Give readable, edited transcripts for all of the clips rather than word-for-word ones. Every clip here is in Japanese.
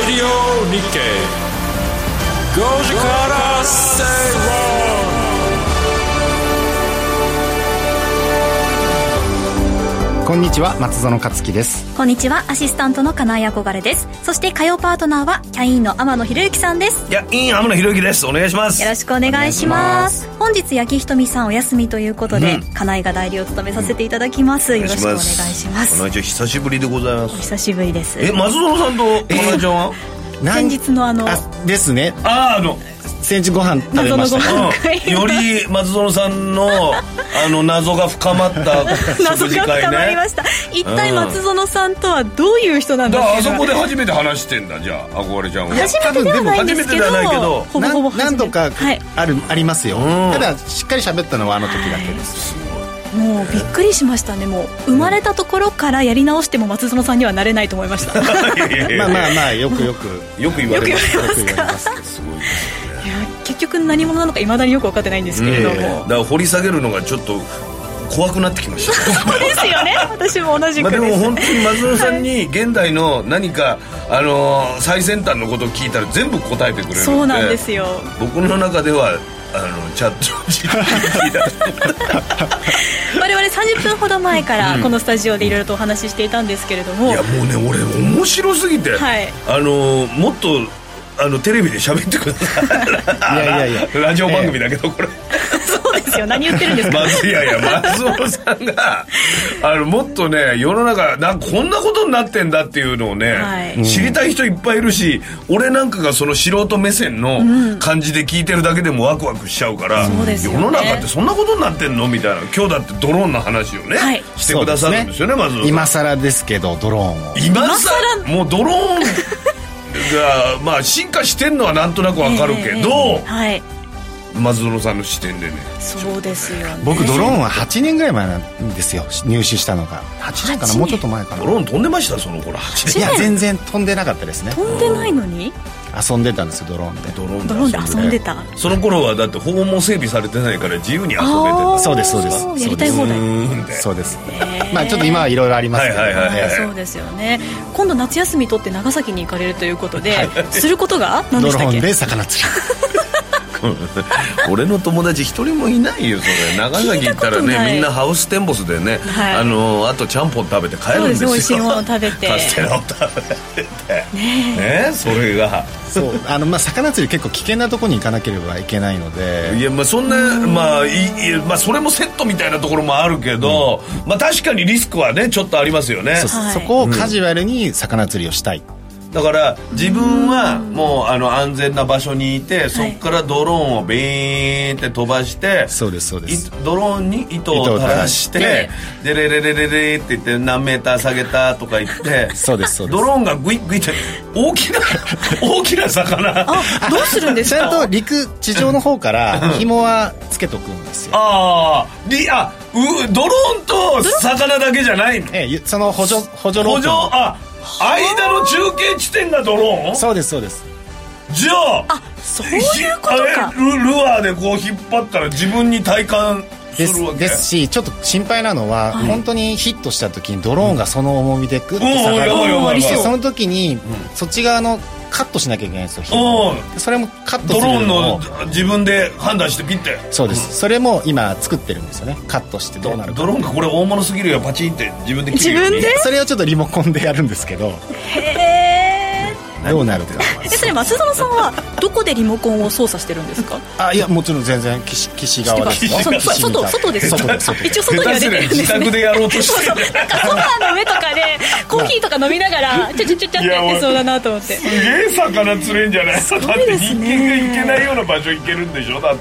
ディオ日経5時から正論。 こんにちは、松園克樹です。 こんにちは、アシスタントの金井憧れです。そして火曜パートナーはキャインの天野博之さんです。 いや、天野博之です。お願いします。 よろしくお願いします。本日八木ひとみさんお休みということで、金井が代理を務めさせていただきます。よろしくお願いします。 金井ちゃん久しぶりでございます。 お久しぶりです。 松園さんと金井ちゃんは、 先日のですね。先日ご飯食べました、 より松園さんの謎が深まった食事会ね。 謎が深まりました。一体松園さんとはどういう人なんだっけ。 あそこで初めて話してんだ。じゃあ憧れちゃんは初めてではないんですけど、ほぼほぼ何度かありますよ。ただしっかり喋ったのはあの時だけです。 もうびっくりしましたね。もう生まれたところからやり直しても松園さんにはなれないと思いました。 まあよく言われます。 すごいですね。いや結局何者なのか未だによく分かってないんですけれども、 だから掘り下げるのがちょっと怖くなってきました。 そうですよね。私も同じくです。 でも本当に松園さんに現代の何か、最先端のことを聞いたら全部答えてくれるので、 そうなんですよ。 僕の中ではチャット我々30分ほど前からこのスタジオでいろいろとお話ししていたんですけれども、 いやもうね、俺面白すぎて、もっとテレビで喋ってください。いやラジオ番組だけど、これそうですよ。何言ってるんですか。 いや松園さんがもっとね、世の中こんなことになってんだっていうのをね、知りたい人いっぱいいるし、俺なんかがその素人目線の感じで聞いてるだけでもワクワクしちゃうから、世の中ってそんなことになってんのみたいな。今日だってドローンの話をね、してくださるんですよね。松園さん今更ですけど、ドローンを今更もうドローンが進化してんのはなんとなくわかるけど、松園さんの視点でね。 そうですよね。 僕ドローンは8年ぐらい前なんですよ、入手したのが。8年かな、もうちょっと前かな。 ドローン飛んでました、その頃。8年。 いや全然飛んでなかったですね。 飛んでないのに遊んでたんですよ、ドローンで。 ドローンで遊んでた。 その頃はだって訪問整備されてないから自由に遊べてた。 そうですやりたい放題。 そうです。まあちょっと今はいろいろありますけど、 そうですよね。今度夏休み取って長崎に行かれるということで、することが何でしたっけ。 ドローンで魚釣り。 俺の友達一人もいないよ、それ。長崎行ったらね、みんなハウステンボスでね、あとちゃんぽん食べて帰るんですよ。 美味しいもの食べて、 カステラを食べてね、それがそう魚釣り結構危険なところに行かなければいけないので、 いやそんなそれもセットみたいなところもあるけど、確かにリスクはねちょっとありますよね。 そこをカジュアルに魚釣りをしたい。 だから自分はもう安全な場所にいて、そこからドローンをビーンって飛ばして、 そうですそうです。 ドローンに糸を垂らして、でレレレレレって言って何メーター下げたとか言ってそうですそうです。 ドローンがグイッグイって大きな魚どうするんですか。 ちゃんと地上の方から紐はつけとくんですよ。 ドローンと魚だけじゃないの。 その補助ロード間の中継地点がドローン。 そうですそうです。 じゃあそういうことか。 ルアーでこう引っ張ったら自分に体感するわけですし、ちょっと心配なのは、本当にヒットした時にドローンがその重みでグッと下がる、その時にそっち側のカットしなきゃいけないんですよ。それもカットするのもドローンの自分で判断してピッて。 そうです、それも今作ってるんですよね。カットしてどうなるか。 ドローンがこれ大物すぎるよ、パチンって自分で切るように。 それをちょっとリモコンでやるんですけど、どうなるか。 それ松園さんはどこでリモコンを操作してるんんですか？ いやもちろん全然岸側ですよ。 外です。一応外には出てるんですね。 自宅でやろうとしてる。 なんかソファーの上とかでコーヒーとか飲みながらちゃってやってそうだなと思って。 すげえ魚釣れんじゃない？だって人間が行けないような場所行けるんでしょだって。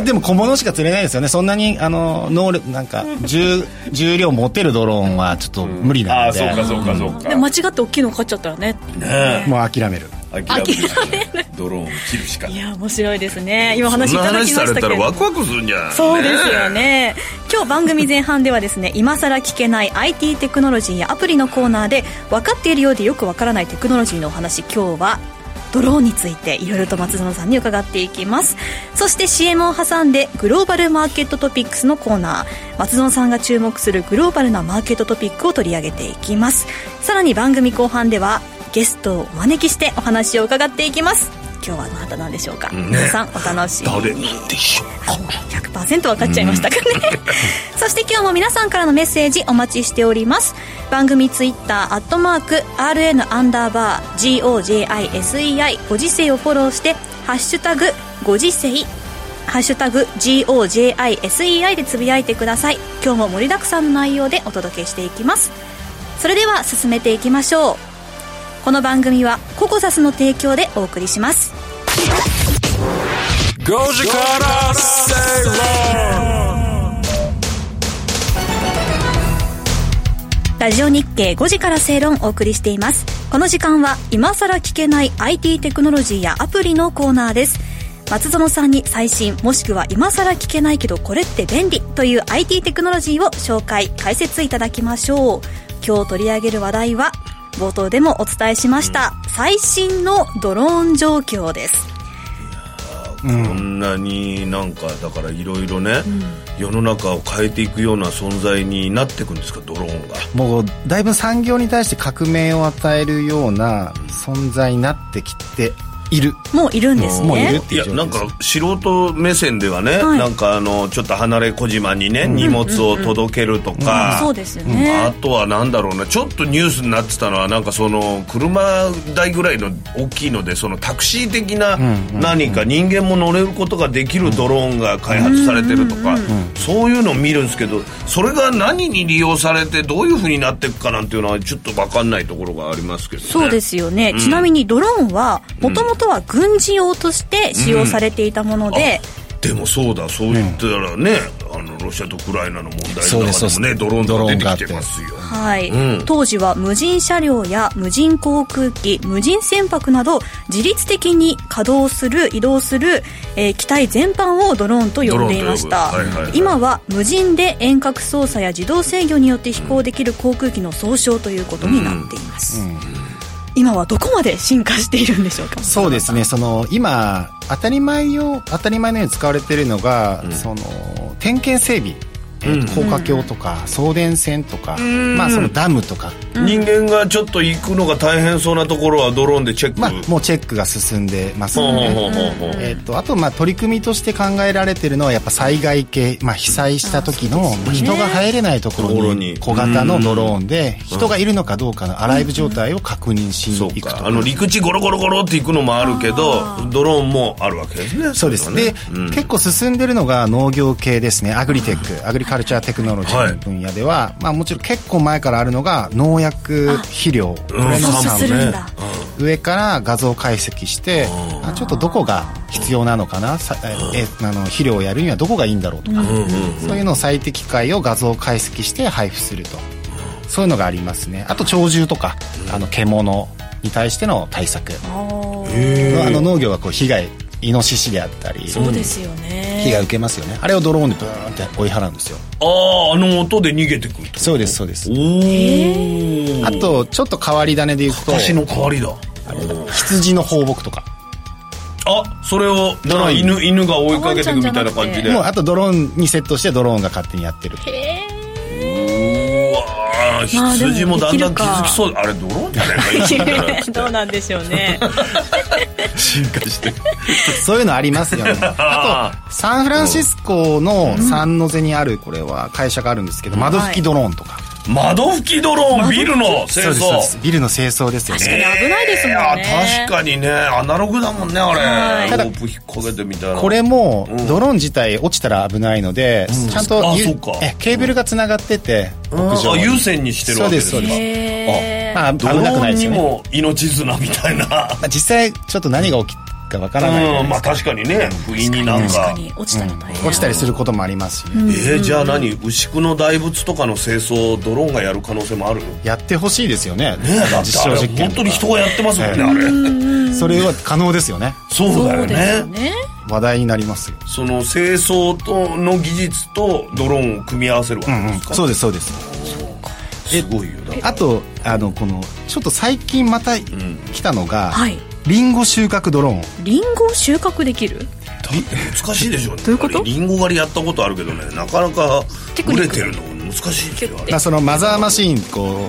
でも小物しか釣れないですよね。そんなに能力なんか重量持てるドローンはちょっと無理なので。 そうか。 で間違って大きいの買っちゃったらね。 もう諦める。 ドローンを切るしかない。 いや面白いですね。今話いただきましたけど、そんな話されたらワクワクするんじゃない？ そうですよね。今日番組前半ではですね、今更聞けない IT テクノロジーやアプリのコーナーで分かっているようでよく分からないテクノロジーのお話、今日はドローンについていろいろと松園さんに伺っていきます。そして CM を挟んでグローバルマーケットトピックスのコーナー、松園さんが注目するグローバルなマーケットトピックを取り上げていきます。さらに番組後半ではゲストをお招きしてお話を伺っていきます。今日はまた何でしょうか、皆さんお楽しみに。 誰なんでしょうか。 100% 分かっちゃいましたかねそして今日も皆さんからのメッセージお待ちしております。番組ツイッター@RN_GOJISEI ご時世をフォローしてハッシュタグご時世ハッシュタグ GOJISEI でつぶやいてください。今日も盛りだくさんの内容でお届けしていきます。それでは進めていきましょう。この番組はココザスの提供でお送りします。 5時から正論。 ラジオ日経5時から正論をお送りしています。この時間は今さら聞けない IT テクノロジーやアプリのコーナーです。松園さんに最新もしくは今さら聞けないけどこれって便利という IT テクノロジーを紹介解説いただきましょう。今日取り上げる話題は冒頭でもお伝えしました、最新のドローン状況です。 こんなになんかだからいろいろね、世の中を変えていくような存在になっていくんですか、ドローンが。 もうだいぶ産業に対して革命を与えるような存在になってきている。 もういるんですね。 もういるっていう状況です。 いやなんか素人目線ではね、なんかちょっと離れ小島にね、荷物を届けるとか、 そうですよね。 あとはなんだろうな、ちょっとニュースになってたのはなんかその車台ぐらいの大きいので、そのタクシー的な何か人間も乗れることができるドローンが開発されてるとか、そういうのを見るんですけど、それが何に利用されてどういう風になっていくかなんていうのはちょっと分かんないところがありますけどね。 そうですよね、ちなみにドローンはもともとは軍事用として使用されていたもので、 でもそうだ、そう言ったらね、ロシアとウクライナの問題の中でもね、ドローンとか出てきてますよ。 はい、当時は無人車両や無人航空機、無人船舶など自律的に稼働する移動する、機体全般をドローンと呼んでいました。今は無人で遠隔操作や自動制御によって飛行できる航空機の総称ということになっています。今はどこまで進化しているんでしょうか。 そうですね、今当たり前のように使われているのが、点検整備、高架橋とか送電線とか、そのダムとか、 人間がちょっと行くのが大変そうなところはドローンでチェック、 もうチェックが進んでますので、あと取り組みとして考えられているのはやっぱ災害系、被災した時の人が入れないところに小型のドローンで人がいるのかどうかのアライブ状態を確認しに行くとか、 陸地ゴロゴロゴロって行くのもあるけど、ドローンもあるわけですね。 そうですね。で、結構進んでるのが農業系ですね。アグリテック、アグリカルチャーテクノロジーの分野では、もちろん結構前からあるのが農薬肥料、これの上から画像解析してちょっとどこが必要なのかな、肥料をやるにはどこがいいんだろうとか、そういうのを最適解を画像解析して配布すると、そういうのがありますね。あと鳥獣とか獣に対しての対策、農業はこう被害、イノシシであったり、 そうですよね、 被害受けますよね。あれをドローンでブーンって追い払うんですよ。 音で逃げてくると。 そうです、そうです。あとちょっと変わり種で言うと、 私の変わりだ、 羊の放牧とか、 それを犬が追いかけていくみたいな感じで、 もうあとドローンにセットしてドローンが勝手にやってる。 羊もだんだん気づきそう。あれドローンじゃないかどうなんでしょうね進化してそういうのありますよね。あとサンフランシスコのサンノゼにある、これは会社があるんですけど、窓拭きドローンとか、 窓拭きドローン、ビルの清掃、 ビルの清掃ですよね。 確かに危ないですもんね。 確かにね、アナログだもんね、あれ。ロープ引っ掛けてみたいな。 これもドローン自体落ちたら危ないので、ちゃんとケーブルがつながってて、 有線にしてるわけです。 そうです、そうです。 ドローンにも命綱みたいな。 実際ちょっと何が起きかわからない。 確かにね、不意になんか落ちたりすることもありますしね。じゃあ牛久の大仏とかの清掃ドローンがやる可能性もある？ やってほしいですよね。 実証実験本当に人がやってますもんね、あれ。 それは可能ですよね。 そうだよね。 話題になりますよ。 その清掃の技術とドローンを組み合わせるわけですか？ そうです、そうです。 すごいよ。 あとこのちょっと最近また来たのが、リンゴ収穫ドローン。 リンゴを収穫できる？ 難しいでしょうね。 どういうこと？ リンゴ狩りやったことあるけどね、なかなか売れてるの難しいですよ。 そのマザーマシーン結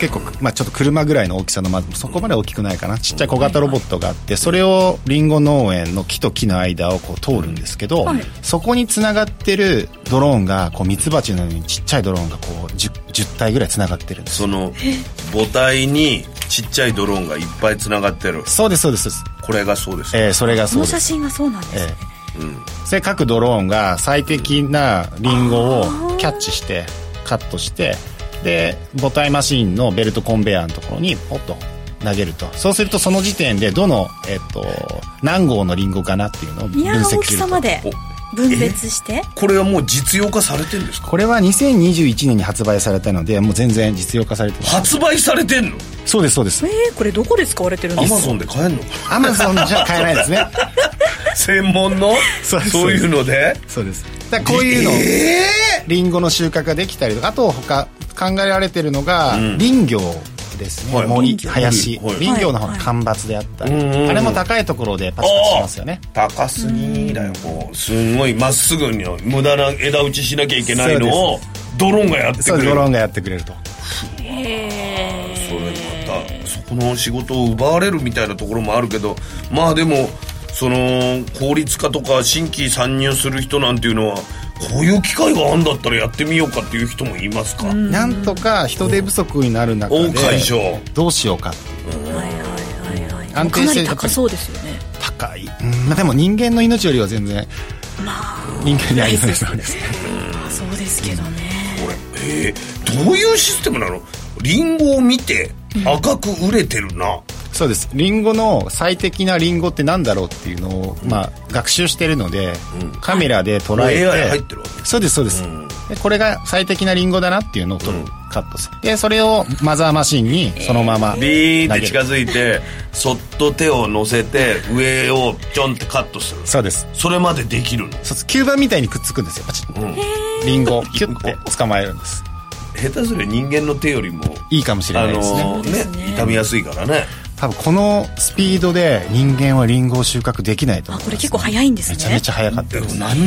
結構、まあ、ちょっと車ぐらいの大きさの、まあ、そこまで大きくないかな、ちっちゃい小型ロボットがあって、それをリンゴ農園の木と木の間をこう通るんですけど、そこにつながってるドローンがこうミツバチのようにちっちゃいドローンがこう 10体ぐらいつながってるんです。 その母体にちっちゃいドローンがいっぱいつながってる。 そうですそうです。 これがそうです、 それがそうです。 この写真がそうなんですね、 それ各ドローンが最適なリンゴをキャッチしてカットして、で母体マシンのベルトコンベヤーのところにポッと投げると、そうするとその時点でどの、何号のリンゴかなっていうのを分析すると。 いや大きさまで分別して、 これはもう実用化されてるんですか？ これは2021年に発売されたのでもう全然実用化されてます。 発売されてんの？ そうですそうです。 これどこで使われてるんですか？ アマゾンで買えんの？ アマゾンじゃ買えないですね専門のそういうので。 そうです。だからこういうの、リンゴの収穫ができたりとか、あと他考えられてるのが、林業ですね、森、林、林業の方の間伐であったり、あれも高いところでパチパチしますよね。 高すぎだよ、もうすごいまっすぐに無駄な枝打ちしなきゃいけないのをドローンがやってくれる。 ドローンがやってくれると。 それまたそこの仕事を奪われるみたいなところもあるけど、まあでもその効率化とか新規参入する人なんていうのは、こういう機会があるんだったらやってみようかっていう人もいますか？ なんとか人手不足になる中でどうしようかっていう、 安定性かなり高そうですよね。 高い、まあ、でも人間の命よりは全然、人間にありそうですね。 そうですけどね、 どういうシステムなの？リンゴを見て赤く売れてるな、 そうです。リンゴの最適なリンゴってなんだろうっていうのを、まあ、学習してるので、カメラで捉えて、 AI 入ってるわけ。 そうですそうです、でこれが最適なリンゴだなっていうのをカットする。でそれをマザーマシンにそのままビーって近づいてそっと手を乗せて上をちょんってカットする。 そうです。 それまでできるの？ そう吸盤みたいにくっつくんですよ、パチッと、リンゴをキュッて捕まえるんです。 下手すりゃ人間の手よりもいいかもしれないですね。 傷みやすいからね。 多分このスピードで人間はリンゴを収穫できないと思います、 これ結構早いんですね。 めちゃめちゃ早かったです。 何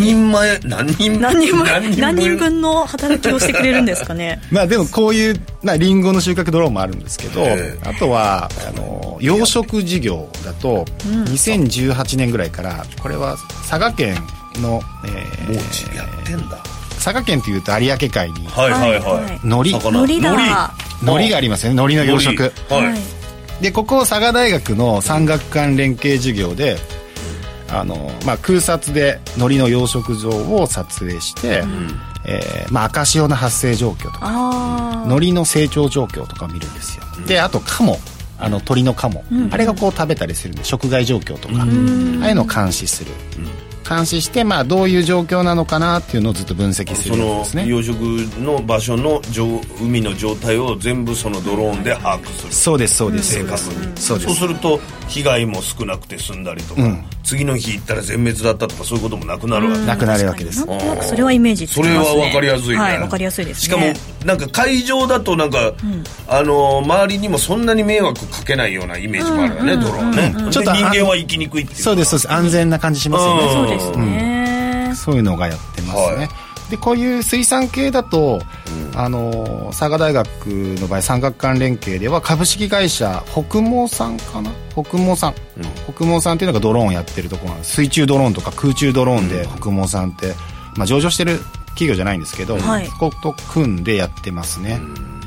人分の働きをしてくれるんですかねまあでもこういうリンゴの収穫ドローンもあるんですけど、あとは養殖事業だと2018年ぐらいからこれは佐賀県の、 もうやってんだ。 佐賀県というと有明海に海苔がありますよね。海苔の養殖、でここ佐賀大学の産学官連携事業でまあ、空撮で海苔の養殖場を撮影して、まあ、赤潮の発生状況とか海苔の成長状況とかを見るんですよ。であとカモ、鳥のカモ、あれがこう食べたりするんで食害状況とか、ああいうのを監視する、監視して、まあ、どういう状況なのかなっていうのをずっと分析するんですね。 その養殖の場所の海の状態を全部そのドローンで把握する。 そうですそうです。 正確に。そうすると被害も少なくて済んだりとか、次の日行ったら全滅だったとかそういうこともなくなるわけ。 なくなるわけです。 なんとなくそれはイメージつきますね。 それは分かりやすいね。 はい、分かりやすいですね。 しかもなんか会場だとなんか、周りにもそんなに迷惑かけないようなイメージもあるよね、ドローンね。ちょっと人間は行きにくいっていう。 そうですそうです。安全な感じしますよね。 そうですね。 そういうのがやってますね。でこういう水産系だと、佐賀大学の場合産学官連携では株式会社北毛さんかな、北毛さんっていうのがドローンをやってるところなんです。水中ドローンとか空中ドローンで北毛さんって、まあ、上場してる企業じゃないんですけど、そこと組んでやってますね。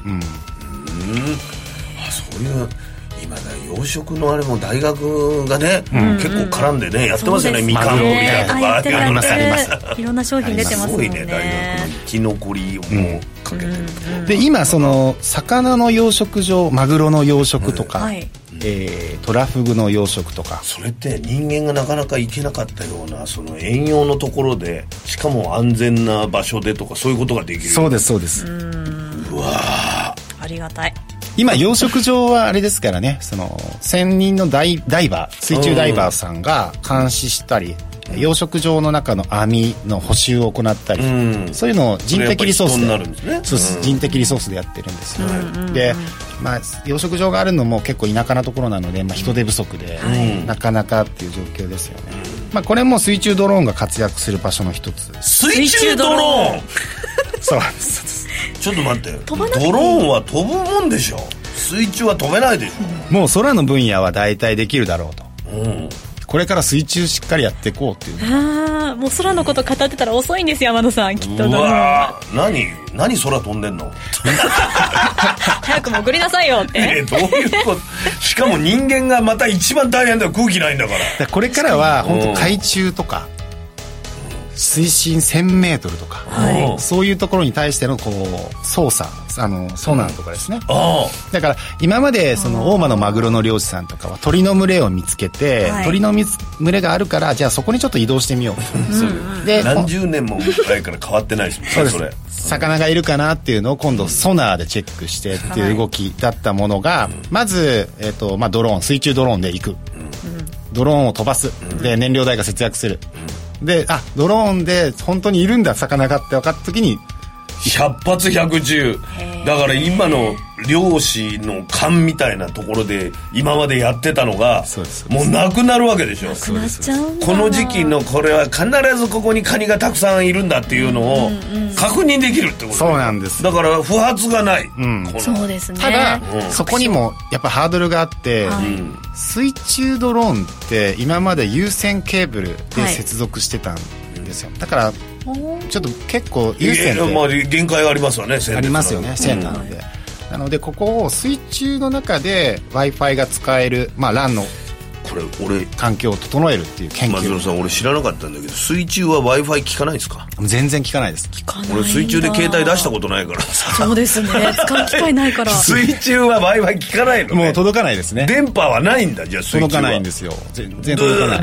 そういう今ね、養殖のあれも大学がね、結構絡んでねやってますよね。みかん掘りだとかありますあります。 いろんな商品出てますもんね。 すごいね、大学の生き残りをもうかけてる。 で今その魚の養殖場、マグロの養殖とか、トラフグの養殖とか、 それって人間がなかなか行けなかったようなその遠洋のところで、しかも安全な場所でとかそういうことができる。 そうですそうです。 うわありがたい。 今養殖場はあれですからね、その専任のダイバー、水中ダイバーさんが監視したり、養殖場の中の網の補修を行ったり、そういうのを人的リソースで、そうです、人的リソースでやってるんですよ。で、まあ、養殖場があるのも結構田舎なところなので、まあ、人手不足で、なかなかっていう状況ですよね。まあ、これも水中ドローンが活躍する場所の一つ。 水中ドローンそうです。 ちょっと待って、ドローンは飛ぶもんでしょ。 水中は飛べないでしょ。もう空の分野は大体できるだろうと、これから水中しっかりやっていこうっていう。 もう空のこと語ってたら遅いんですよ、天野さん、きっと。 うわ何空飛んでんの早く潜りなさいよってどういうことしかも人間がまた一番大変だよ、空気ないんだから。 これからは本当海中とか水深 1000m とか、そういうところに対してのこう操作、ソナーとかですね。だから今までその大間のマグロの漁師さんとかは鳥の群れを見つけて、鳥の群れがあるからじゃあそこにちょっと移動してみようで何十年も前から変わってないですもんね。 そうです。魚がいるかなっていうのを今度ソナーでチェックしてっていう動きだったものが、まず、ドローン、水中ドローンで行く、ドローンを飛ばす、で燃料代が節約する、でドローンで本当にいるんだ魚がって分かった時に 100発100中だから今の漁師の勘みたいなところで今までやってたのがもうなくなるわけでしょ。 なくなっちゃうんだ。 この時期のこれは必ずここにカニがたくさんいるんだっていうのを確認できるってこと。 そうなんです。 だから不発がない、 そうですね。 ただ、そこにもやっぱハードルがあって、水中ドローンって今まで有線ケーブルで接続してたんですよ。だからちょっと結構有線って限界がありますよね。 ありますよね、線なので。なのでここを水中の中で Wi-Fi が使える、LAN のこれ俺環境を整えるっていう研究。 松野さん、俺知らなかったんだけど水中は Wi-Fi 効かないですか？ 全然効かないです。 効かないんだ。 俺水中で携帯出したことないからそうですね、使う機会ないから水中は Wi-Fi 効かないのね。 もう届かないですね。 電波はないんだ。じゃあ水中は届かないんですよ。全然届かない。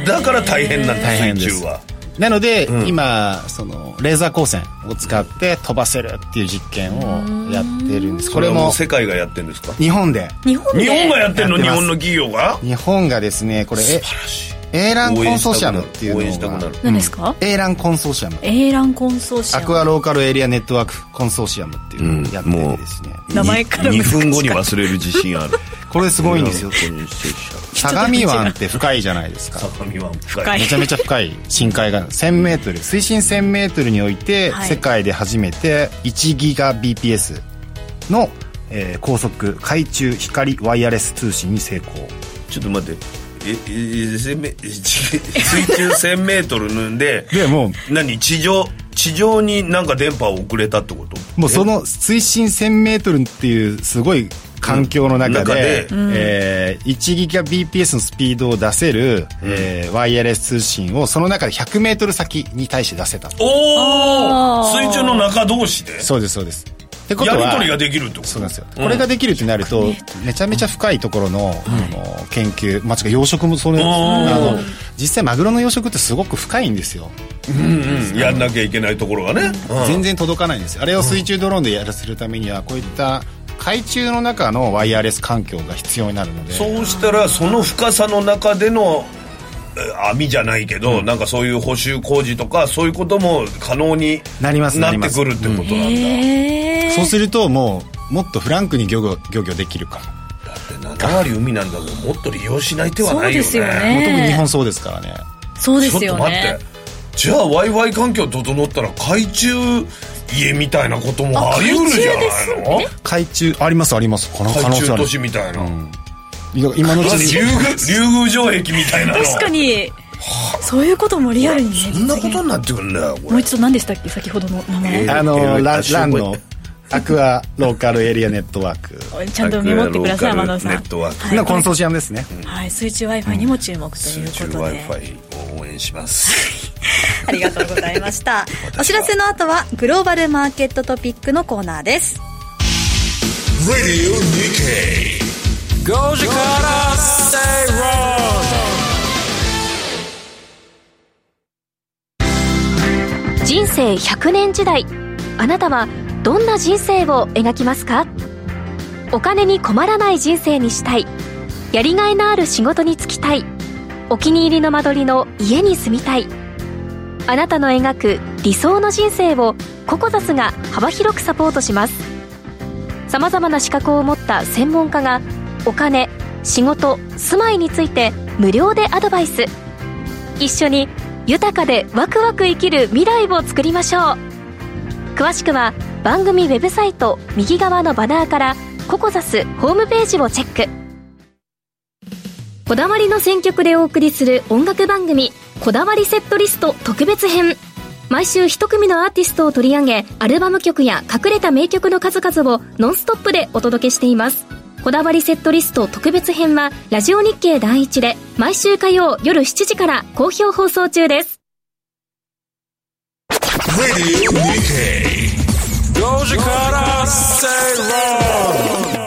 だから大変なんだ、水中は。 なので、今そのレーザー光線を使って飛ばせるっていう実験をやってるんです。 これも世界がやってるんですか？ 日本がやってるの？日本の企業が？ 日本がですね、これ素晴らしい。 エーランコンソーシアムっていうのが何ですか？ エーランコンソーシアム。 エーランコンソーシアム。 アクアローカルエリアネットワークコンソーシアムっていうのをやってるんですね。 名前から 2分後に忘れる自信あるこれすごいんですよ。相模湾って深いじゃないですか。 相模湾深い。 めちゃめちゃ深い深海が 1000m 水深 1000m において、世界で初めて1ギガ BPS の、高速海中光ワイヤレス通信に成功。 ちょっと待って、水中 1000m ででもう何地上になんか電波を送れたってこと？ もうその水深 1000m っていうすごい環境の中で、1ギガ BPS のスピードを出せる、ワイヤレス通信をその中で 100m 先に対して出せた。 水中の中同士で？ そうですそうです。ってことはやり取りができるってこと？ そうなんですよ。これができるってなると、めちゃめちゃ深いところの、研究、養殖も実際マグロの養殖ってすごく深いんですよ。 やんなきゃいけないところがね、 全然届かないんですよ。あれを水中ドローンでやらせるためにはこういった海中の中のワイヤレス環境が必要になるので、 そうしたらその深さの中での網じゃないけど、なんかそういう補修工事とかそういうことも可能になってくるってことなんだ。 そうするともっとフランクに漁業できるかも。 だって7割海なんだもん。もっと利用しない手はないよね。 そうですよね。 特に日本そうですからね。 そうですよね。 ちょっと待って、じゃあ Wi-Fi 環境整ったら海中家みたたいなこともあり得るじゃないの？ 海中ありますあります。この可能性ある。 海中都市みたいな、 今のうちに竜宮城壁みたいなの。 確かにそういうこともリアルにね。 そんなことになってくるんだよ。 もう一度何でしたっけ、先ほどの名前。 ランのアクアローカルエリアネットワーク。 ちゃんとメモってください、天野さん。 ネットワークのコンソーシアムですね。 はい、水中 Wi-Fi にも注目ということで。 水中 Wi-Fi を応援します。 ありがとうございました。お知らせの後はグローバルマーケットトピックのコーナーです。 Radio Nikkei 5時から正論。 人生100年時代、あなたはどんな人生を描きますか？お金に困らない人生にしたい、やりがいのある仕事に就きたい、お気に入りの間取りの家に住みたい。あなたの描く理想の人生をココザスが幅広くサポートします。さまざまな資格を持った専門家がお金、仕事、住まいについて無料でアドバイス。一緒に豊かでワクワク生きる未来を作りましょう。詳しくは番組ウェブサイト右側のバナーからココザスホームページをチェック。こだわりの選曲でお送りする音楽番組、こだわりセットリスト特別編。毎週一組のアーティストを取り上げ、アルバム曲や隠れた名曲の数々をノンストップでお届けしています。こだわりセットリスト特別編はラジオ日経第一で毎週火曜夜7時から好評放送中です。 5時から正論。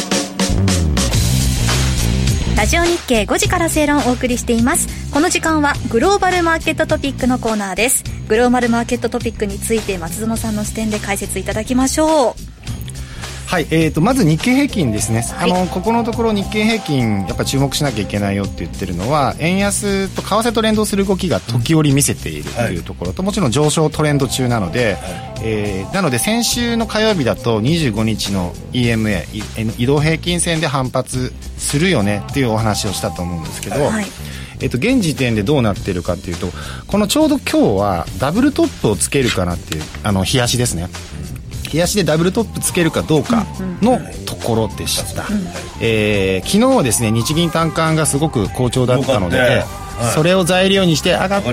ラジオ日経5時から正論をお送りしています。この時間はグローバルマーケットトピックのコーナーです。グローバルマーケットトピックについて松園さんの視点で解説いただきましょう。 はい、まず日経平均ですね、 はい、 ここのところ日経平均やっぱ注目しなきゃいけないよって言ってるのは、円安と為替と連動する動きが時折見せているというところと、もちろん上昇トレンド中なので、なので先週の火曜日だと25日の EMA 移動平均線で反発するよねっていうお話をしたと思うんですけど、はい、現時点でどうなっているかっていうと、このちょうど今日はダブルトップをつけるかなっていう冷やしですね。冷やしでダブルトップつけるかどうかのところでした、昨日はですね日銀短観がすごく好調だったので、それを材料にして上がって、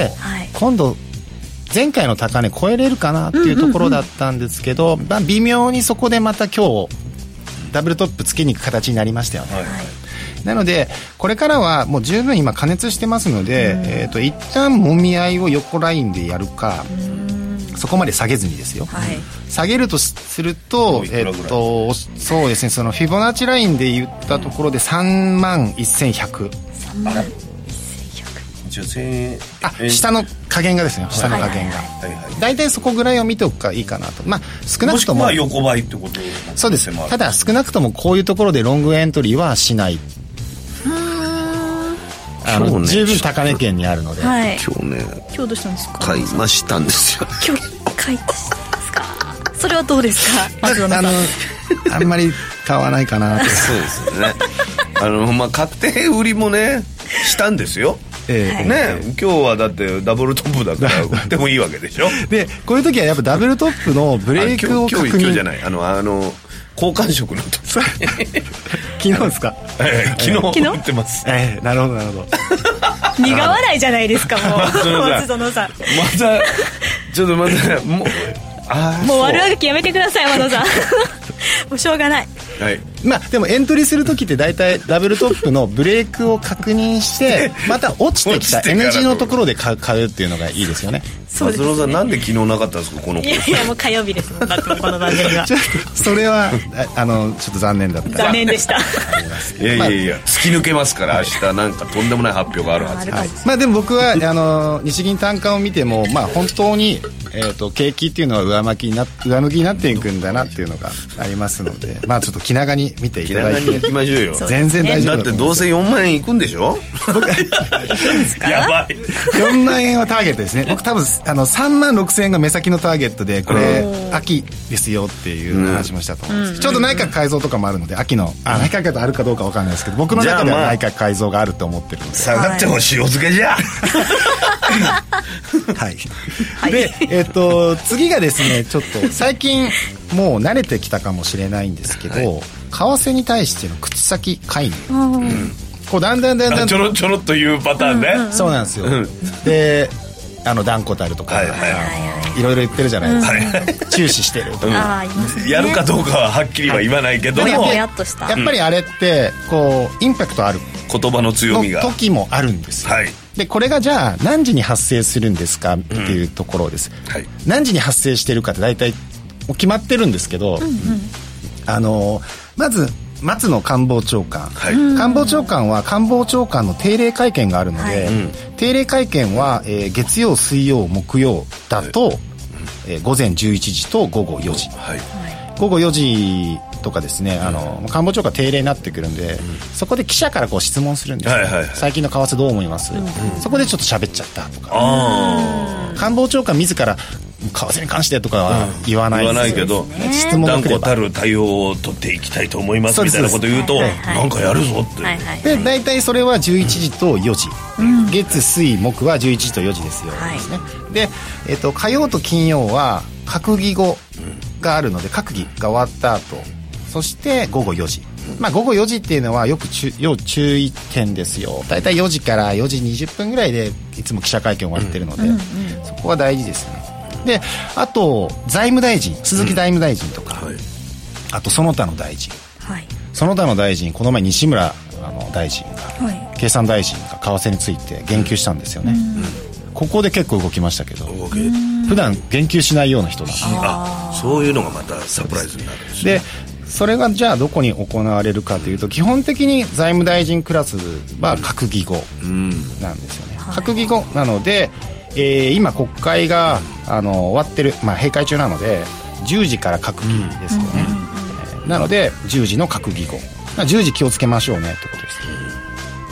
今度前回の高値超えれるかなっていうところだったんですけど、微妙にそこでまた今日ダブルトップつけに行く形になりましたよね、なのでこれからはもう十分今加熱してますので、一旦もみ合いを横ラインでやるか、そこまで下げずにですよ、下げるとすると、そうですね、そのフィボナッチラインで言ったところで31,100、下の加減がですね、下の加減がだいたいそこぐらいを見ておくかいいかなと。少なくとももしくは横ばいってこと、 そうです。ただ少なくともこういうところでロングエントリーはしない。十分高値圏にあるので、 今日ね、 今日どうしたんですか。 買いましたんですよ。 今日買いましたんですか。それはどうですか。 あんまり買わないかなと。 そうですよね。確定売りもねしたんですよ。ね、今日はだってダブルトップだから売ってもいいわけでしょ。でこういう時はやっぱダブルトップのブレイクを確認。 今日じゃない、交換色の時昨日ですか。 昨日売ってます。 なるほどなるほど。 苦笑いじゃないですか、もう松園さん。 ちょっとまたもう悪あがきやめてください、松園さん。もうしょうがない。 でもエントリーする時って大体ダブルトップのブレイクを確認してまた落ちてきた N 字のところで買うっていうのがいいですよね。 そうですね。 松野さんなんで昨日なかったんですか、この。いやもう火曜日ですもん、だってこの番組は。 ちょっとそれはちょっと残念だった。 残念でした。 いや突き抜けますから、明日なんかとんでもない発表があるはずです。 でも僕は日銀短観を見ても本当に景気っていうのは上向きになっていくんだなっていうのがありますので、ちょっと気長に見ていただいて。 気長に行きましょうよ。 全然大丈夫だってどうせ4万円いくんでしょ。やばい。 4万円はターゲットですね。僕多分3万6,000円が目先のターゲットで、これ秋ですよっていう話もしたと思うんですけど、ちょうど内閣改造とかもあるので、秋の内閣改造あるかどうか分かんないですけど、僕の中では内閣改造があると思ってるので、 下がっても塩漬けじゃ。 で次がですね、ちょっと最近もう慣れてきたかもしれないんですけど、為替に対しての口先介入、こうだんだんちょろっというパターンね。 そうなんですよ。で断固たるとか、いろいろ言ってるじゃないですか。注視してるとか、 やるかどうかははっきりは言わないけども、 やっぱりあれってこうインパクトある言葉の強みがの時もあるんですよ。でこれがじゃあ何時に発生するんですかっていうところです。何時に発生してるかって大体もう決まってるんですけど、まず松野官房長官、官房長官は官房長官の定例会見があるので、定例会見は、月曜水曜木曜だと、午前11時と午後4時、午後4時とかですね、官房長官定例になってくるんで、そこで記者からこう質問するんですよ、最近の為替どう思います、そこでちょっと喋っちゃったとか、官房長官自ら為替に関してとかは言わないけど、 質問が来れば断固たる対応を取っていきたいと思いますみたいなこと言うと、なんかやるぞって。 で大体それは11時と4時、月水木は11時と4時ですよ、で、火曜と金曜は閣議後があるので、閣議が終わった後そして午後4時、午後4時っていうのは要注意点ですよ。だいたい4時から4時20分ぐらいでいつも記者会見終わってるので、そこは大事ですね。であと財務大臣、鈴木財務大臣とか、あとその他の大臣、その他の大臣、この前西村大臣が、経産大臣が為替について言及したんですよね。ここで結構動きましたけど、普段言及しないような人なんで、 そういうのがまたサプライズになるんですね。 でそれがじゃあどこに行われるかというと、基本的に財務大臣クラスは閣議後なんですよね。閣議後なので、今国会が終わってる、閉会中なので10時から閣議ですよね。なので10時の閣議後、10時気をつけましょうねってことです。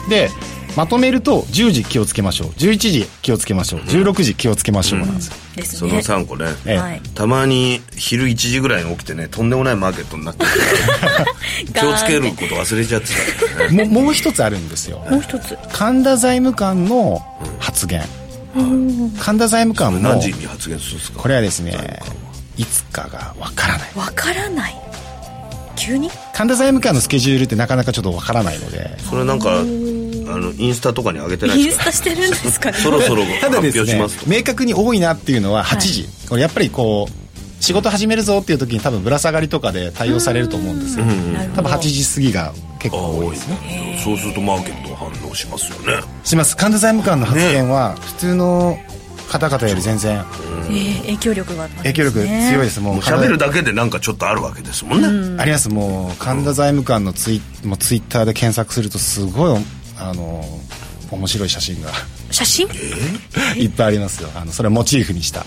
でまとめると10時気をつけましょう、11時気をつけましょう、16時気をつけましょうなんですよ。 その3個ね、たまに昼1時ぐらいに起きてね、とんでもないマーケットになってる気をつけること忘れちゃってたからね。 もう一つあるんですよ。 もう一つ、 神田財務官の発言、神田財務官も何時に発言するんですか。 これはですね、いつかがわからない。 わからない、急に神田財務官のスケジュールってなかなかちょっとわからないので、 それなんかインスタとかに上げてないですか。 インスタしてるんですかね。 そろそろ発表しますと。 明確に多いなっていうのは8時、これやっぱりこう仕事始めるぞっていう時に多分ぶら下がりとかで対応されると思うんですよ。多分8時過ぎが結構多いですね。 そうするとマーケット反応しますよね。 します。神田財務官の発言は普通の方々より全然影響力があるんですね。 影響力強いです。もう喋るだけでなんかちょっとあるわけですもんね。 あります。もう神田財務官のツイッターで検索するとすごい面白い写真がいっぱいありますよ。それをモチーフにした。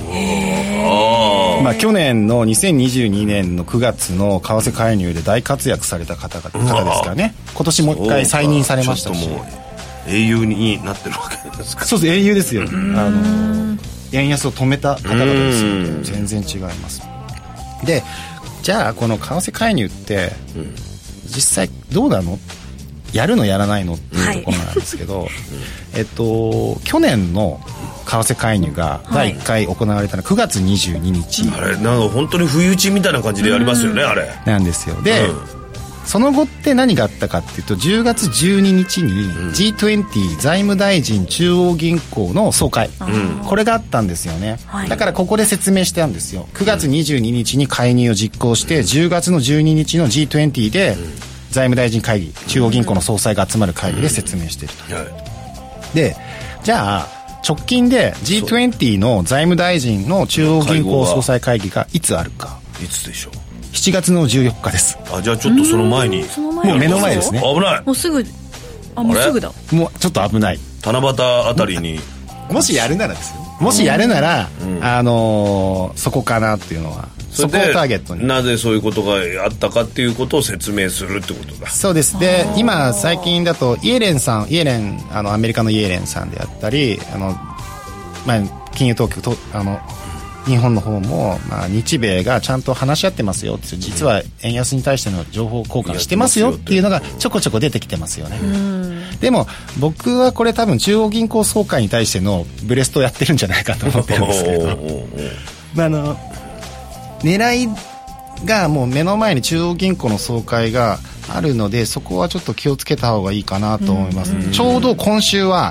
去年の2022年の9月の為替介入で大活躍された方ですからね。今年もう一回再任されましたし、 英雄になってるわけですか。 そうです、英雄ですよ。円安を止めた方々ですよ。全然違います。でじゃあこの為替介入って実際どうなの、やるのやらないのっていうところなんですけど、去年の為替介入が第1回行われたのは9月22日、 あれなんか本当に不意打ちみたいな感じでやりますよね、あれなんですよ。で、その後って何があったかっていうと、10月12日に G20 財務大臣中央銀行の総会、これがあったんですよね。だからここで説明したんですよ。9月22日に介入を実行して、10月の12日の G20 で財務大臣会議、中央銀行の総裁が集まる会議で説明していると。でじゃあ直近で G20 の財務大臣の中央銀行総裁会議がいつあるか。 いつでしょう。 7月の14日です。 じゃあちょっとその前に、 もう目の前ですね。 危ない。 もうすぐ、もうすぐだ。 もうちょっと危ない。 七夕あたりにもしやるならですよ。もしやるなら、そこかなっていうのは、そこをターゲットに。 なぜそういうことがあったかっていうことを説明するってことだ。 そうです。で今最近だとイエレンアメリカのイエレンさんであったり、金融当局と日本の方も、日米がちゃんと話し合ってますよって、実は円安に対しての情報交換してますよっていうのがちょこちょこ出てきてますよね。でも僕はこれ多分中央銀行総会に対してのブレストをやってるんじゃないかと思ってるんですけど狙いがもう目の前に中央銀行の総会があるので、そこはちょっと気をつけた方がいいかなと思います。ちょうど今週は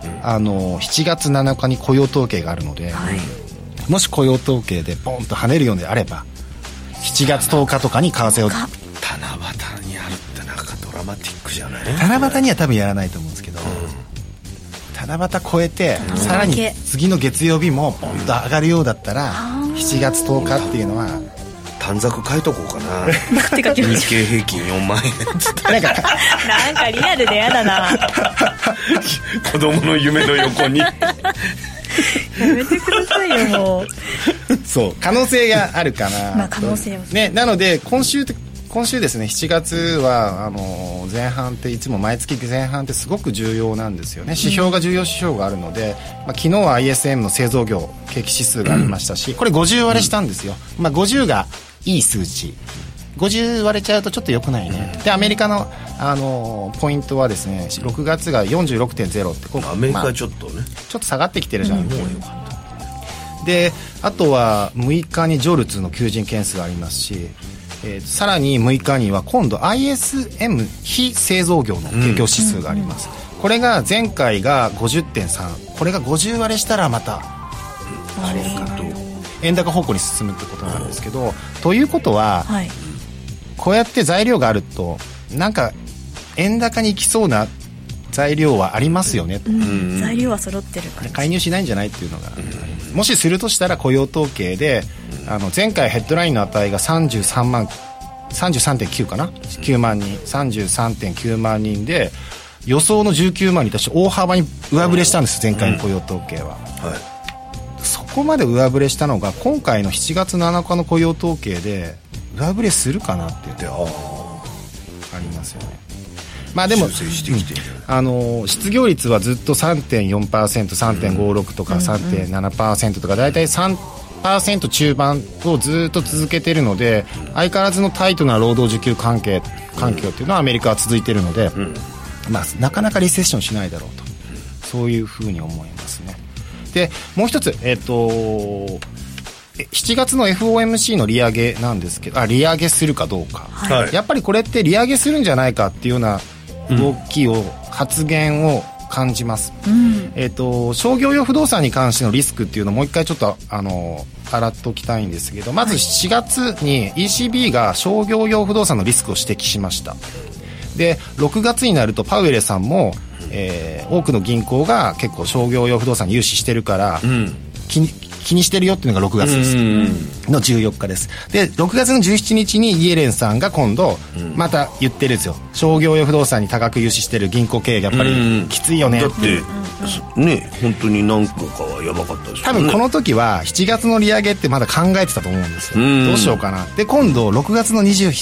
7月7日に雇用統計があるので、もし雇用統計でポンと跳ねるようであれば7月10日とかに為替を。 七夕にやるってなんかドラマティックじゃない。 七夕には多分やらないと思うんですけど、七夕超えてさらに次の月曜日もポンと上がるようだったら7月10日っていうのは短冊書いとこうかな。日経平均4万円ってなんかリアルでやだな。 子供の夢の横にやめてくださいよもう。 そう可能性があるかな。 可能性はね。なので今週ですね、7月は前半っていつも毎月前半ってすごく重要なんですよね。指標が重要指標があるので、昨日は ISM の製造業景気指数がありましたし、これ50割れしたんですよ。50がいい数値、50割れちゃうとちょっと良くないね。でアメリカの、ポイントはですね、6月が 46.0 ってアメリカはちょっとね、 ちょっと下がってきてるじゃないですか。であとは6日にジョルツの求人件数がありますし、 さらに6日には今度 ISM 非製造業の景況指数があります、これが前回が 50.3 これが50割れしたらまた円高方向に進むってことなんですけど、ということは、はい、こうやって材料があるとなんか円高に行きそうな材料はありますよね、 材料は揃ってるから介入しないんじゃないっていうのが、もしするとしたら雇用統計で前回ヘッドラインの値が33.9かな、9万人 33.9 万人で予想の19万人として大幅に上振れしたんです、前回の雇用統計は、はい、そこまで上振れしたのが今回の7月7日の雇用統計で上振れするかなっていうのがありますよね。まあでも失業率はずっと 3.4%、3.56 とか 3.7% とかだいたい3%中盤をずっと続けているので、相変わらずのタイトな労働需給環境っていうのはアメリカは続いているので、まあ、なかなかリセッションしないだろうと、そういうふうに思いますね。でもう一つ、7月の FOMC の利上げなんですけど、利上げするかどうか、はい、やっぱりこれって利上げするんじゃないかっていうような動きを、発言を感じます、商業用不動産に関してのリスクっていうのをもう一回ちょっと洗っておきたいんですけど、まず7月に ECB が商業用不動産のリスクを指摘しました。で6月になるとパウエルさんも、多くの銀行が結構商業用不動産に融資してるから、気にしてるよっていうのが6月ですの14日です。で6月の17日にイエレンさんが今度また言ってるんですよ。商業用不動産に多額融資してる銀行経営がやっぱりきついよねって。 だってね、本当に何個かはやばかったですよね。 多分この時は7月の利上げってまだ考えてたと思うんですよ。どうしようかな。で今度6月の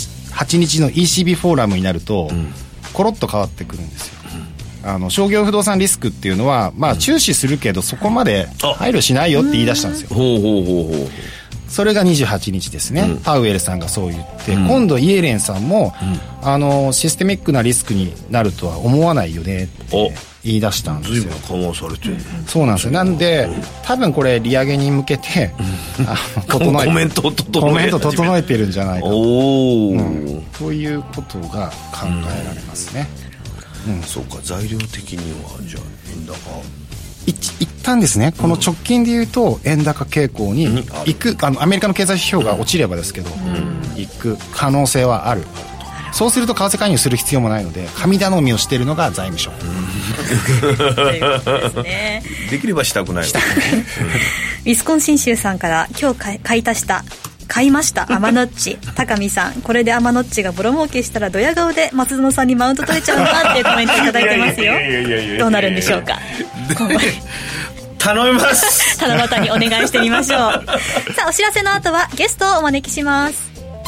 28日の ECB フォーラムになるとコロッと変わってくるんですよ。商業不動産リスクっていうのは、まあ、注視するけどそこまで配慮しないよって言い出したんですよ。それが28日ですね、パウエルさんがそう言って、今度イエレンさんも、システミックなリスクになるとは思わないよねって言い出したんですよ。 随分緩和されてる、 そうなんですよ。なんで多分これ利上げに向けてコメントを整えてるんじゃないかと、ということが考えられますね。 そうか、材料的にはじゃあ円高一旦ですね、この直近でいうと円高傾向に行く、アメリカの経済指標が落ちればですけど、行く可能性はある。そうすると為替介入する必要もないので神頼みをしているのが財務省ということですね。 できればしたくないわウィスコンシン州さんから今日買いましたアマノッチ高見さん、これでアマノッチがボロ儲けしたらドヤ顔で松園さんにマウント取れちゃうなっていうコメントいただいてますよ。どうなるんでしょうか。 頼みます七夕にお願いしてみましょう。さあお知らせの後はゲストをお招きします。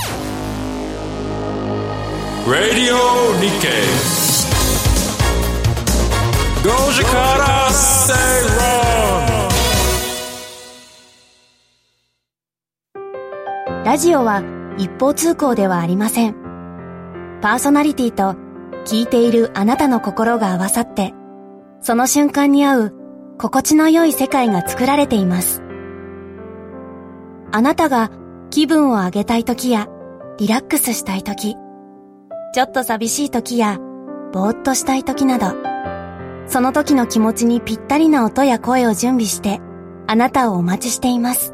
ラディオ日経5時から正論。 ラジオは一方通行ではありません。パーソナリティと聞いているあなたの心が合わさって、その瞬間に合う心地の良い世界が作られています。あなたが気分を上げたい時やリラックスしたい時、ちょっと寂しい時やぼーっとしたい時など、その時の気持ちにぴったりな音や声を準備してあなたをお待ちしています。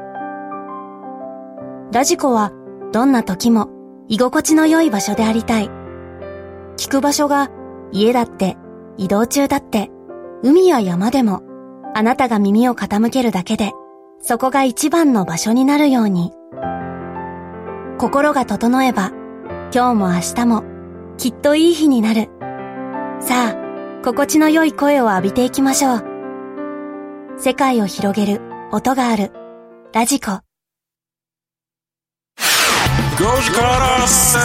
ラジコはどんな時も居心地の良い場所でありたい。聞く場所が家だって移動中だって海や山でも、あなたが耳を傾けるだけでそこが一番の場所になるように。心が整えば今日も明日もきっといい日になる。さあ心地の良い声を浴びていきましょう。世界を広げる音があるラジコ。 5時から正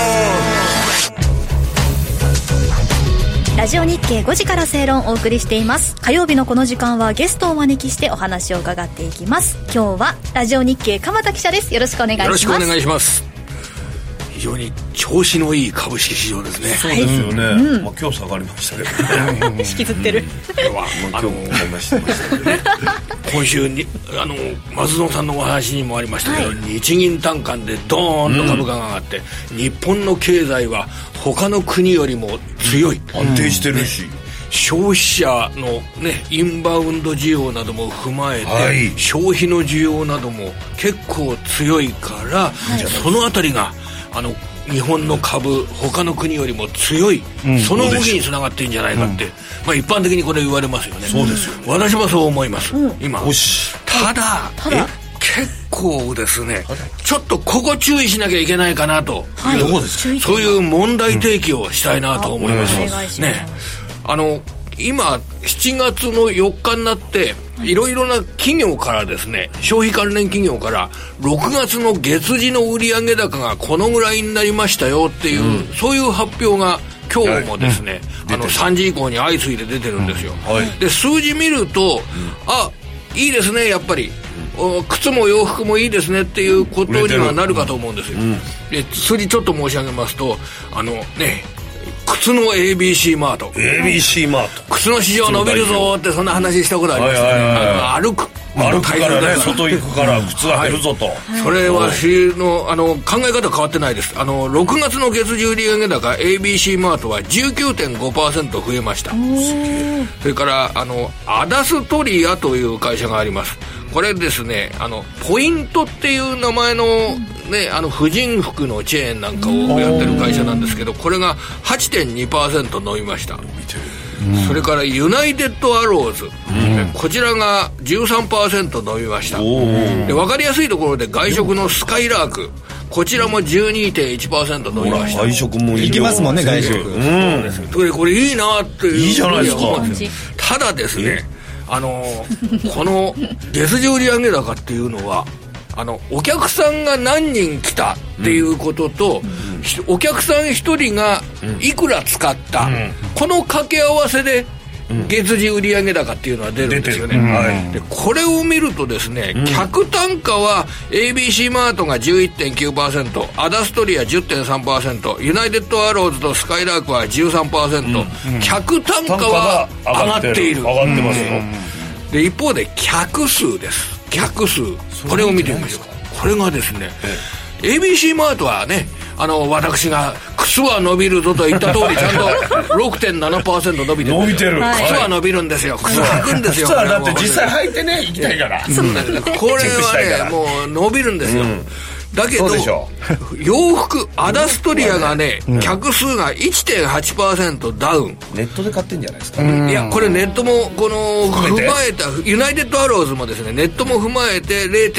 論。 ラジオ日経5時から正論をお送りしています。火曜日のこの時間はゲストをお招きしてお話を伺っていきます。今日はラジオ日経鎌田記者です。よろしくお願いします。 よろしくお願いします。非常に調子のいい株式市場ですね。 そうですよね、まあ、今日下がりましたけどね引きずってる今日も話してましたけどね今週に松園さんのお話にもありましたけど、日銀短観でドーンと株価が上がって、日本の経済は他の国よりも強い、 安定してるし、 消費者の、ね、インバウンド需要なども踏まえて、消費の需要なども結構強いから、そのあたりが日本の株他の国よりも強い、その動きにつながっているんじゃないかって、まあ、一般的にこれ言われますよね。 そうですよ、 私もそう思います、今。ただ結構ですね、ちょっとここ注意しなきゃいけないかなと、 どこですか？ そういう問題提起をしたいなと思います、ね。今7月の4日になっていろいろな企業からですね、消費関連企業から6月の月次の売上高がこのぐらいになりましたよっていう、そういう発表が今日もですね、3時以降に相次いで出てるんですよ、で数字見ると、いいですね、やっぱり靴も洋服もいいですねっていうことにはなるかと思うんですよ、で数字ちょっと申し上げますと、靴の ABC マート、靴の市場伸びるぞってそんな話したことありますね。 歩くからね、外行くから靴が減るぞと、 それは考え方変わってないです。6月の月次売上高 ABC マートは 19.5% 増えました。それからアダストリアという会社があります。これですね、ポイントっていう名前のね、婦人服のチェーンなんかをやってる会社なんですけど、これが 8.2% 伸びました。それからユナイテッドアローズ、こちらが 13% 伸びました。で分かりやすいところで外食のスカイラーク、こちらも 12.1% 伸びました。 外食も行きますもんね、外食。 これいいなっていう。 いいじゃないですか。 ただですね、この月次売上高っていうのはお客さんが何人来たっていうことと、お客さん1人がいくら使った、この掛け合わせで月次売上高っていうのは出るんですよね、でこれを見るとですね、客単価は ABC マートが 11.9%、 アダストリア 10.3%、 ユナイテッドアローズとスカイラークは 13%、客単価は上がっている。 上がってますよ。 で一方で客数です。客数、これを見てみましょう。これがですね、ABC マートはね、私が靴は伸びるぞと言った通りちゃんと 6.7% 伸びてる。 伸びてる。 靴は伸びるんですよ。靴は履くんですよ。 靴はだって実際履いてね、行きたいから。 そうなんです。これはね、もう伸びるんですよ。だけど洋服アダストリアがね、客数が 1.8% ダウン。 ネットで買ってんじゃないですか。 いやこれネットも踏まえたユナイテッドアローズもですね、ネットも踏まえて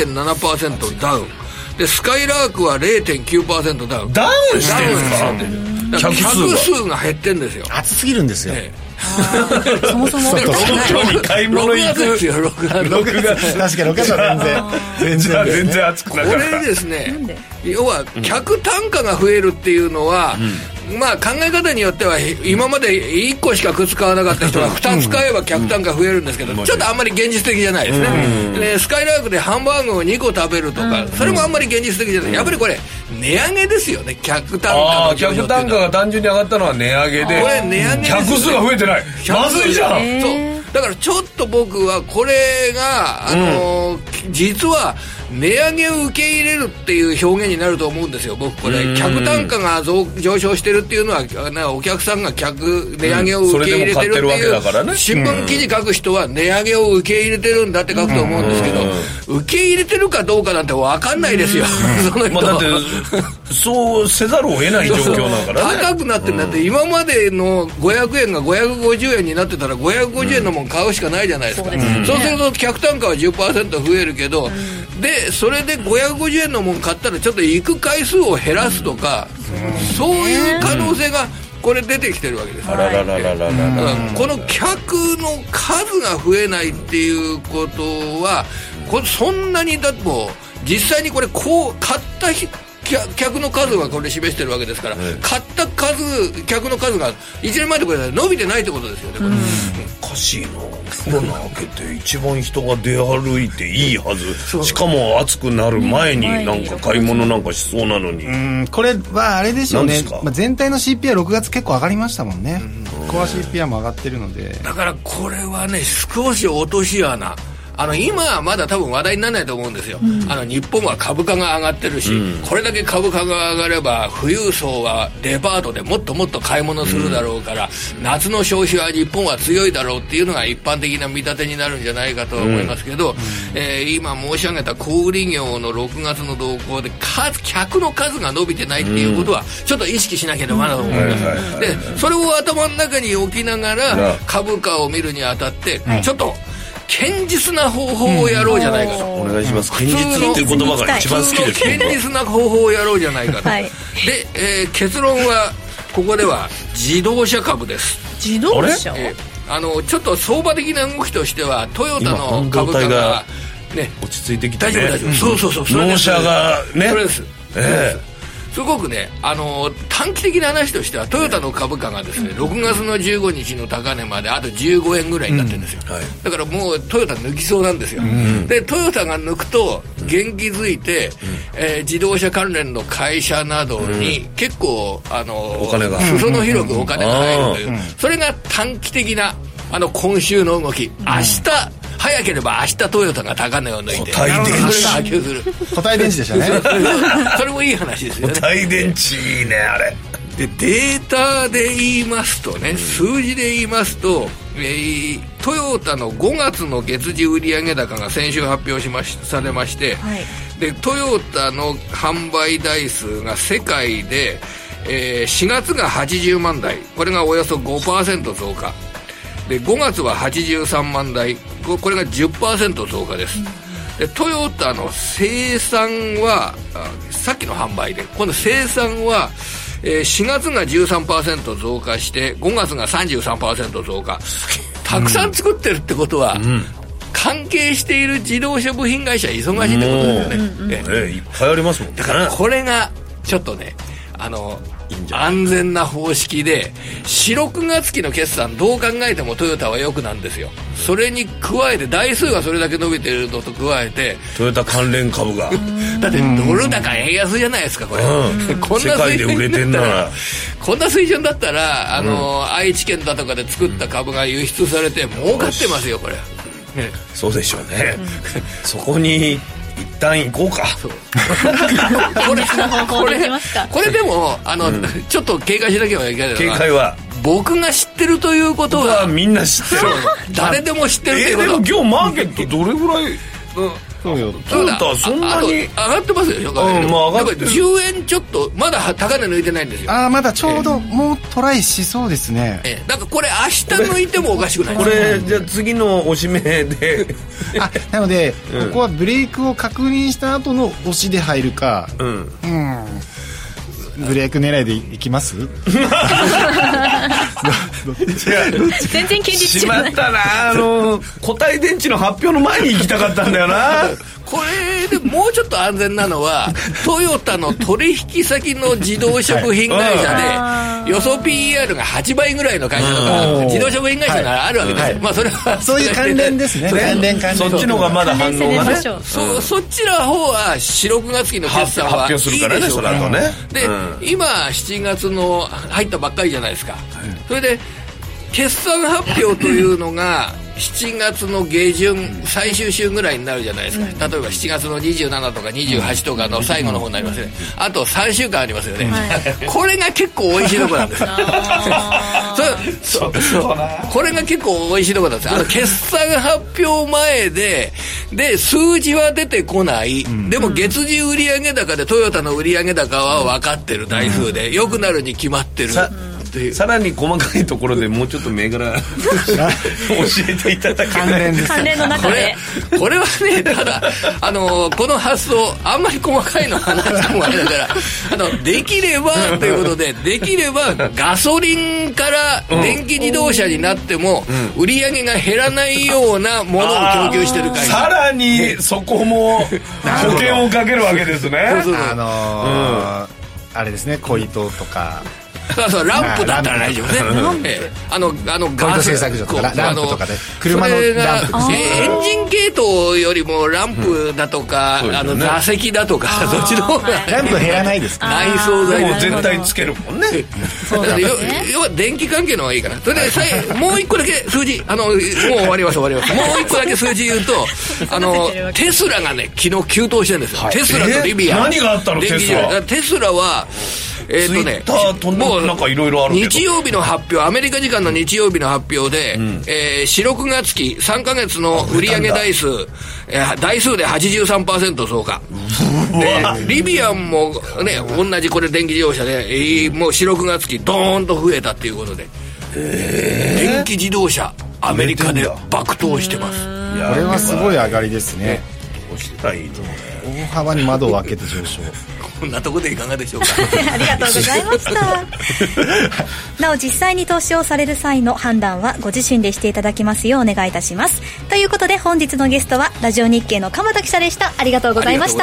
0.7% ダウンで、スカイラークは 0.9% ダウン。 ダウンしてるんですか。 客数が減ってんですよ。 暑すぎるんですよ、 そもそも 6月買い物行く。 6月確かに6月は全然暑くなかった。 これですね、要は客単価が増えるっていうのは、まあ考え方によっては今まで1個しか靴買わなかった人が2つ買えば客単価増えるんですけど、ちょっとあんまり現実的じゃないですね。でスカイラークでハンバーグを2個食べるとか、それもあんまり現実的じゃない。やっぱりこれ値上げですよね。客単価の上昇っていうのは。客単価が単純に上がったのは値上げで、これ値上げですよね。客数が増えてない。まずいじゃん。そうだからちょっと僕はこれが実は値上げを受け入れるっていう表現になると思うんですよ。僕これ客単価が上昇してるっていうのは、お客さんが値上げを受け入れてるっていう新聞記事書く人は値上げを受け入れてるんだって書くと思うんですけど、受け入れてるかどうかなんて分かんないですよ。その人は、だってそうせざるを得ない状況だからね。 高くなってんだって、今までの500円が550円になってたら550円のもん買うしかないじゃないですか。そうすると客単価は 10% 増えるけど、でそれで550円のもん買ったらちょっと行く回数を減らすとか、そういう可能性がこれ出てきてるわけです。この客の数が増えないっていうことは、そんなにだってもう実際にこれ買った客の数がこれ示してるわけですから、買った客の数が1年前と比べて伸びてないってことですよね。 おかしいな。コロナ明けて一番人が出歩いていいはず、しかも暑くなる前になんか買い物なんかしそうなのに、 これはあれでしょうね、全体の CPI 6月結構上がりましたもんね。コア CPI も上がってるので、 だからこれはね、少し落とし穴、今はまだ多分話題にならないと思うんですよ。日本は株価が上がってるし、これだけ株価が上がれば富裕層はデパートでもっともっと買い物するだろうから、夏の消費は日本は強いだろうっていうのが一般的な見立てになるんじゃないかと思いますけど、今申し上げた小売業の6月の動向で客の数が伸びてないっていうことはちょっと意識しなければなと思います。でそれを頭の中に置きながら株価を見るにあたって、ちょっと堅実な方法をやろうじゃないかと。 お願いします。堅実っていう言葉が一番好きです。 堅実な方法をやろうじゃないかと、で、結論はここでは自動車株です。 自動車、 ちょっと相場的な動きとしてはトヨタの株価がね、 落ち着いてきて、ね、 大丈夫、そう納車がね、 それです、すごくね、短期的な話としてはトヨタの株価がですね、6月の15日の高値まであと15円ぐらいになってるんですよ、だからもうトヨタ抜きそうなんですよ、でトヨタが抜くと元気づいて、自動車関連の会社などに結構お金が裾野広くお金が入るという、それが短期的な今週の動き、明日早ければ明日トヨタが高値を抜いて、 固体電池、 それが波及する固体電池でしたねそれもいい話ですよね。 固体電池いいね、あれでデータで言いますとね、数字で言いますと、トヨタの5月の月次売上高が先週発表されまして、でトヨタの販売台数が世界で、4月が80万台、これがおよそ 5% 増加で、5月は83万台、これが 10% 増加です、でトヨタの生産はさっきの販売で、今度生産は、4月が 13% 増加して5月が 33% 増加、たくさん作ってるってことは、関係している自動車部品会社は忙しいってことですよね、 いっぱいありますもんね。 だからこれがちょっとね、安全な方式で4、6月期の決算どう考えてもトヨタは良くなんですよ。それに加えて台数がそれだけ伸びてるのと加えてトヨタ関連株がだってドル高円安じゃないですかこれ、こんな世界で売れてんならこんな水準だったら愛知県だとかで作った株が輸出されて儲かってますよこれ、 そうでしょうねそこに一旦行こうかこれでもちょっと警戒しなきゃいけないのは、 警戒は僕が知ってるということはみんな知ってる誰でも知ってるということでも今日マーケットどれぐらいそうよ、 トヨタはそんなに上がってますよ、 上がってる 10円ちょっとまだ高値抜いてないんですよ。 まだちょうどもうトライしそうですね、 だからこれ明日抜いてもおかしくないこれじゃあ次の押し目でなので、ここはブレイクを確認した後の押しで入るか、ブレーク狙いでいきます全然堅実じゃない。 しまったな、固体電池の発表の前に行きたかったんだよなこれでもうちょっと安全なのはトヨタの取引先の自動車部品会社で予想 PER が8倍ぐらいの会社とか自動車部品会社があるわけですよ、それはそういう関連ですね、関連そっちの方がまだ反応がね、 そっちの方は4、6月期の決算はいいでしょうからね、 その後ね。 で、今7月の入ったばっかりじゃないですか、それで決算発表というのが7月の下旬最終週ぐらいになるじゃないですか、例えば7月の27とか28とかの最後の方になりますね、あと3週間ありますよね、これが結構美味しいところなんですこれが結構美味しいところなんです決算発表前で数字は出てこない、でも月次売上高でトヨタの売上高は分かってる台数で良くなるに決まってるさらに細かいところでもうちょっと銘柄教えていただけない関連の中でこれはね、ただこの発想あんまり細かいの話したもんあれだからできればということで、できればガソリンから電気自動車になっても売り上げが減らないようなものを供給してる会社、 さらにそこも保険をかけるわけですね。 あれですね、小糸とかそうランプだったら大丈夫ね。 ガス製作所とかランプとかで車のランプですね。 エンジン系統よりもランプだとか、座席だとかそっちの方がランプ減らないですか。 内装材もう絶対つけるもんね。 要は電気関係の方がいいかな。それでもう一個だけ数字もう終わりますもう一個だけ数字言うとテスラがね昨日急騰してるんですよ。テスラとリビア。 何があったのテスラはツイッターとなんかいろいろあるけど、 日曜日の発表、アメリカ時間の日曜日の発表で、4、6月期3ヶ月の売上台数、台数で 83% 増加で、リビアンもね同じこれ電気自動車で、もう4、6月期ドーンと増えたっていうことで、電気自動車アメリカで爆投してます。 これはすごい上がりですね。 どうしたらいいの。 大幅に窓を開けて上昇。 こんなところでいかがでしょうか。 ありがとうございましたなお実際に投資をされる際の判断はご自身でしていただきますようお願いいたします。ということで本日のゲストはラジオ日経の鎌田記者でした。ありがとうございました。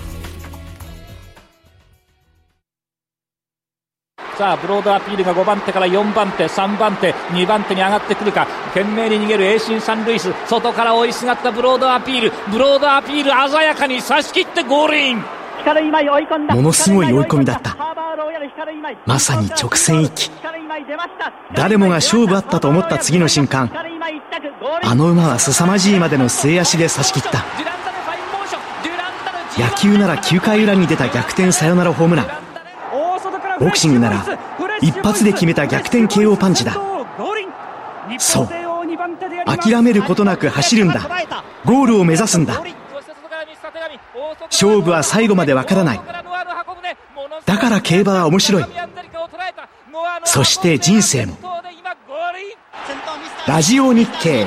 さあブロードアピールが5番手から4番手3番手2番手に上がってくるか。懸命に逃げる栄新サンルイス、外から追いすがったブロードアピール鮮やかに差し切ってゴールイン。 ものすごい追い込みだった。まさに直線一気。誰もが勝負あったと思った次の瞬間、あの馬は凄まじいまでの末足で差し切った。野球なら9回裏に出た逆転サヨナラホームラン、ボクシングなら一発で決めた逆転 KO パンチだ。そう、諦めることなく走るんだ。ゴールを目指すんだ。勝負は最後までわからない。だから競馬は面白い。そして人生も。ラジオ日経。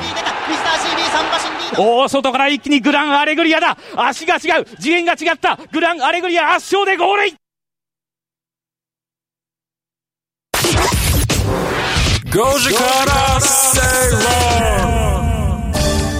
外から一気にグランアレグリアだ。足が違う、次元が違った。グランアレグリア圧勝でゴールイン。 5時から正論。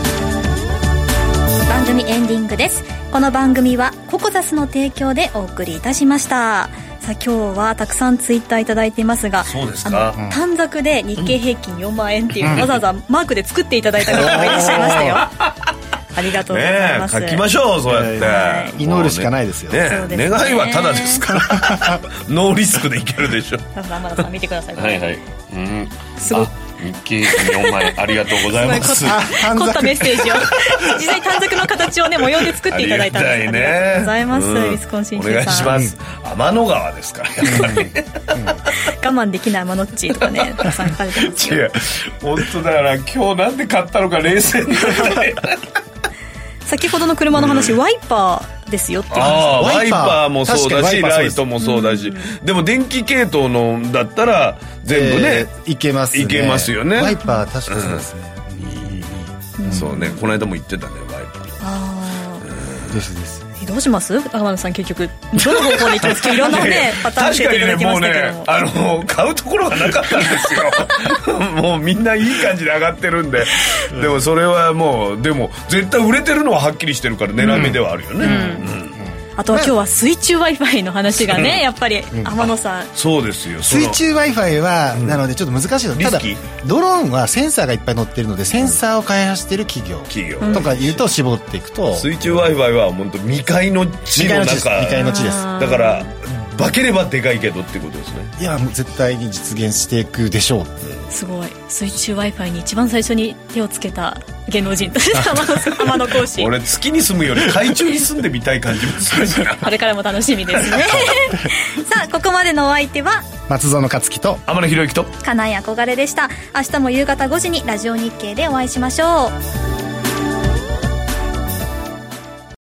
番組エンディングです。この番組はココザスの提供でお送りいたしました。さあ今日はたくさんツイッターいただいていますが、 そうですか、 短冊で日経平均4万円っていうわざわざマークで作っていただいた方もいらっしゃいましたよありがとうございます。 書きましょう、そうやって、 祈るしかないですよ、 ね、願いはただですからノーリスクでいけるでしょ。 天野さん見てください。 はいはい、 すごい日経4万円ありがとうございます凝ったメッセージを実際短冊の形をね模様で作っていただいたんです。ありがとうございます、ウィスコンシン州さん。 お願いします。天の川ですからやっぱり我慢できない天のっちとかねたくさん書かれてますよ。 違う、本当だから今日なんで買ったのか冷静に先ほどの車の話、ワイパーですよっていう話。 ワイパーもそうだしライトもそうだし、でも電気系統のだったら全部ね、 いけますね。 いけますよね。 ワイパー確かそうですね、 そうね、この間も言ってたねワイパー。 ですです。 どうします天野さん、結局どの方向に行きますか。いろんなねパターン教えていただきましたけども、 確かにね、もうね買うところがなかったんですよもうみんないい感じで上がってるんで、でもそれはもうでも絶対売れてるのははっきりしてるから狙い目ではあるよね。 あとは今日は水中 Wi-Fi の話がね、やっぱり天野さん、 そうですよ。 水中 Wi-Fi は、なのでちょっと難しいの。ただドローンはセンサーがいっぱい載ってるので、センサーを開発してる企業とかいうと絞っていくと、 水中 Wi-Fi は本当未開の地の中、 未開の地です。 だから化ければでかいけどっていうことですね。 いやもう絶対に実現していくでしょう。 すごい。水中 Wi-Fi に一番最初に手をつけた芸能人として天野講師。 俺月に住むより海中に住んでみたい感じもするしなこれからも楽しみですねさあここまでのお相手は松園克樹と天野博之と金井憧れでした。明日も夕方5時にラジオ日経でお会いしましょう。